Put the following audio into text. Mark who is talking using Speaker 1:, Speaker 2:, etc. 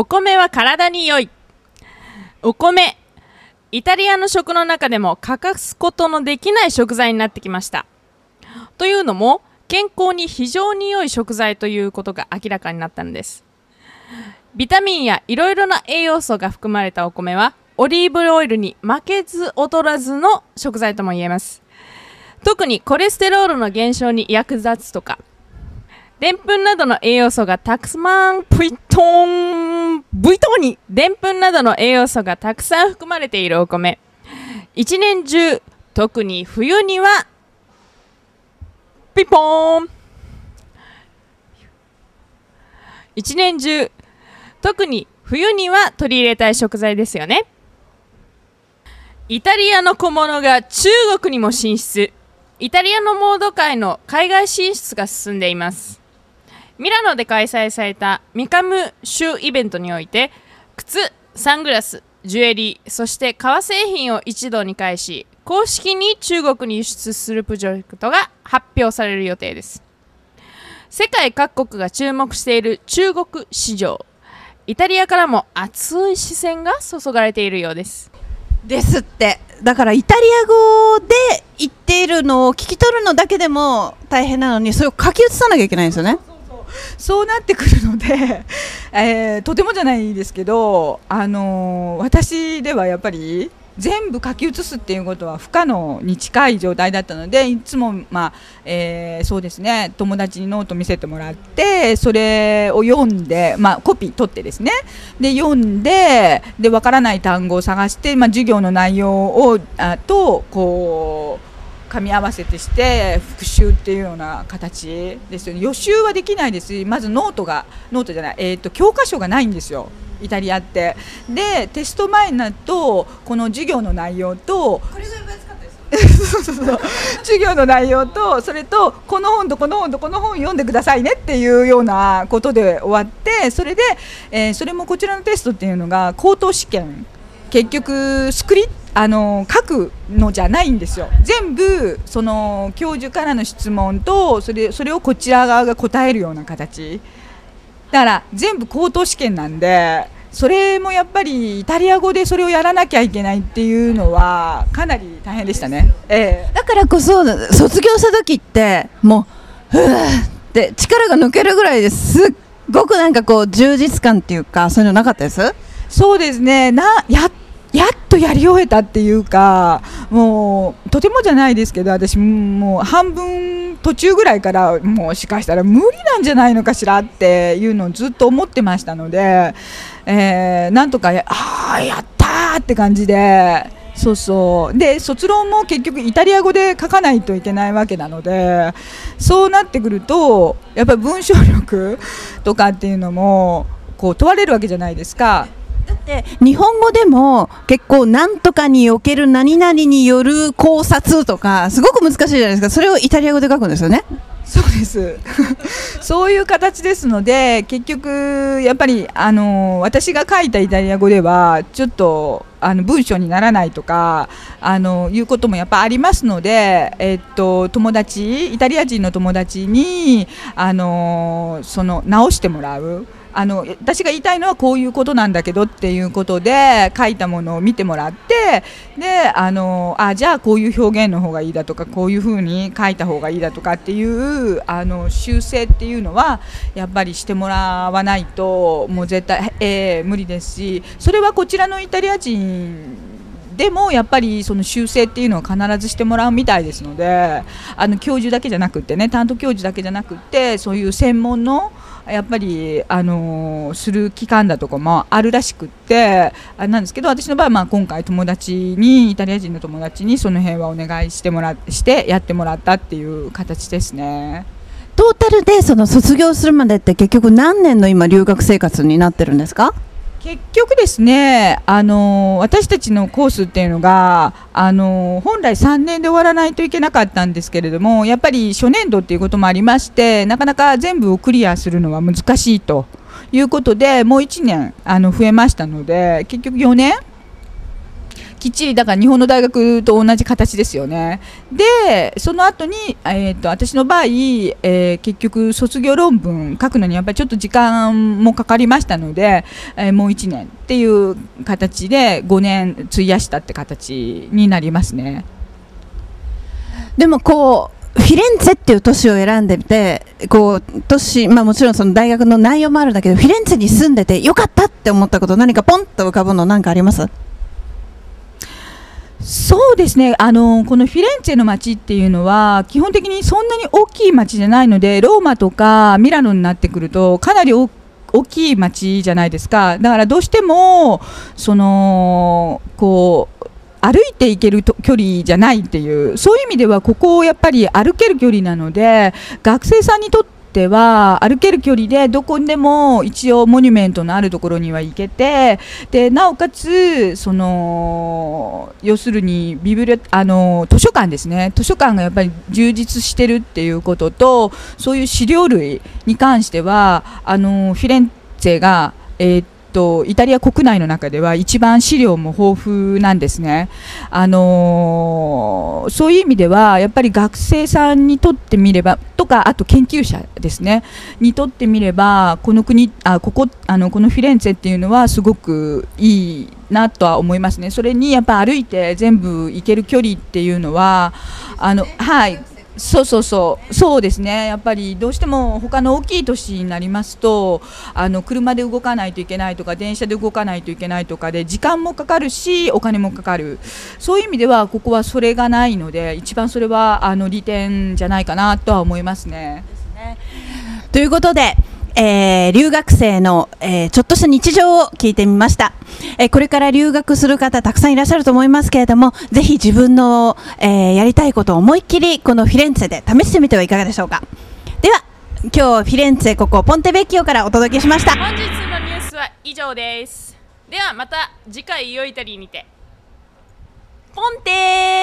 Speaker 1: お米は体に良い。お米、イタリアの食の中でも欠かすことのできない食材になってきました。というのも、健康に非常に良い食材ということが明らかになったのです。ビタミンやいろいろな栄養素が含まれたお米は、オリーブオイルに負けず劣らずの食材とも言えます。特にコレステロールの減少に役立つとか、でんぷんなどの栄養素がたくさんでんぷんなどの栄養素がたくさん含まれているお米。一年中、特に冬にはピポーン一年中、特に冬には取り入れたい食材ですよね。イタリアの小物が中国にも進出。イタリアのモード界の海外進出が進んでいます。ミラノで開催されたミカム州イベントにおいて、靴、サングラス、ジュエリー、そして革製品を一堂に会し、公式に中国に輸出するプロジェクトが発表される予定です。世界各国が注目している中国市場。イタリアからも熱い視線が注がれているようです。
Speaker 2: ですって。だからイタリア語で言っているのを聞き取るのだけでも大変なのに、それを書き写さなきゃいけないんですよね。
Speaker 3: そうなってくるので、とてもじゃないですけど、私ではやっぱり全部書き写すっていうことは不可能に近い状態だったので、いつも、そうですね、友達にノート見せてもらって、それを読んで、コピー取ってですね、で読んで、分からない単語を探して、授業の内容をとこう噛み合わせてして復習っていうような形ですよね。予習はできないですし、まずノートじゃない、教科書がないんですよ、イタリアって。でテスト前になるとこの授業の内容と、これが難しかったですよね。そう授業の内容と、それとこの本とこの本とこの本読んでくださいねっていうようなことで終わって、それで、それもこちらのテストっていうのが口頭試験、結局書くのじゃないんですよ。全部その教授からの質問とそれをこちら側が答えるような形だから、全部口頭試験なんで、それもやっぱりイタリア語でそれをやらなきゃいけないっていうのはかなり大変でしたね。
Speaker 2: だからこそ卒業した時ってもうふーって力が抜けるぐらいですっごくなんかこう充実感っていうか、そういうのなかったです？
Speaker 3: そうですね、やっとやり終えたっていうか、もうとてもじゃないですけど、私もう半分途中ぐらいからもしかしたら無理なんじゃないのかしらっていうのをずっと思ってましたので、なんとかやったーって感じで、そうで卒論も結局イタリア語で書かないといけないわけなので、そうなってくるとやっぱり文章力とかっていうのもこう問われるわけじゃないですか。
Speaker 2: だって日本語でも結構なんとかにおける何々による考察とかすごく難しいじゃないですか。それをイタリア語で書くんですよね。
Speaker 3: そうですそういう形ですので、結局やっぱり私が書いたイタリア語ではちょっと文章にならないとかいうこともやっぱありますので、イタリア人の友達にその直してもらう。私が言いたいのはこういうことなんだけどっていうことで書いたものを見てもらって、でじゃあこういう表現の方がいいだとか、こういうふうに書いた方がいいだとかっていう修正っていうのはやっぱりしてもらわないともう絶対、無理ですし、それはこちらのイタリア人でもやっぱりその修正っていうのを必ずしてもらうみたいですので、教授だけじゃなくってね、担当教授だけじゃなくって、そういう専門のやっぱりする期間だとかもあるらしくって、なんですけど、私の場合は今回イタリア人の友達にその辺はお願いしてやってもらったっていう形ですね。
Speaker 2: トータルでその卒業するまでって結局何年の今留学生活になってるんですか？
Speaker 3: 結局ですね、私たちのコースっていうのが本来3年で終わらないといけなかったんですけれども、やっぱり初年度っていうこともありまして、なかなか全部をクリアするのは難しいということで、もう1年増えましたので、結局4年きっちりだから日本の大学と同じ形ですよね。でその後に、私の場合、結局卒業論文書くのにやっぱりちょっと時間もかかりましたので、もう1年っていう形で5年費やしたって形になりますね。
Speaker 2: でもこうフィレンツェっていう都市を選んでみて、こう都市、もちろんその大学の内容もあるんだけど、フィレンツェに住んでてよかったって思ったこと、何かポンと浮かぶの何かあります？
Speaker 3: そうですね、このフィレンツェの街っていうのは基本的にそんなに大きい街じゃないので、ローマとかミラノになってくるとかなり大きい街じゃないですか。だからどうしてもそのこう歩いて行ける距離じゃないっていう、そういう意味ではここやっぱり歩ける距離なので、学生さんにとっては歩ける距離でどこにでも一応モニュメントのあるところには行けて、でなおかつその要するに図書館ですね、図書館がやっぱり充実してるっていうことと、そういう資料類に関してはフィレンツェがイタリア国内の中では一番資料も豊富なんですね。そういう意味ではやっぱり学生さんにとってみればとか、あと研究者ですねにとってみれば、このフィレンツェっていうのはすごくいいなとは思いますね。それにやっぱ歩いて全部行ける距離っていうのははい、そうですね。やっぱりどうしても他の大きい都市になりますと、車で動かないといけないとか電車で動かないといけないとかで時間もかかるしお金もかかる。そういう意味ではここはそれがないので、一番それは利点じゃないかなとは思いますね。
Speaker 2: ということで、留学生の、ちょっとした日常を聞いてみました。これから留学する方たくさんいらっしゃると思いますけれども、ぜひ自分の、やりたいことを思いっきりこのフィレンツェで試してみてはいかがでしょうか。では今日フィレンツェ、ここポンテベッキオからお届けしました。
Speaker 1: 本日のニュースは以上です。ではまた次回イオイタリーにて。ポンテー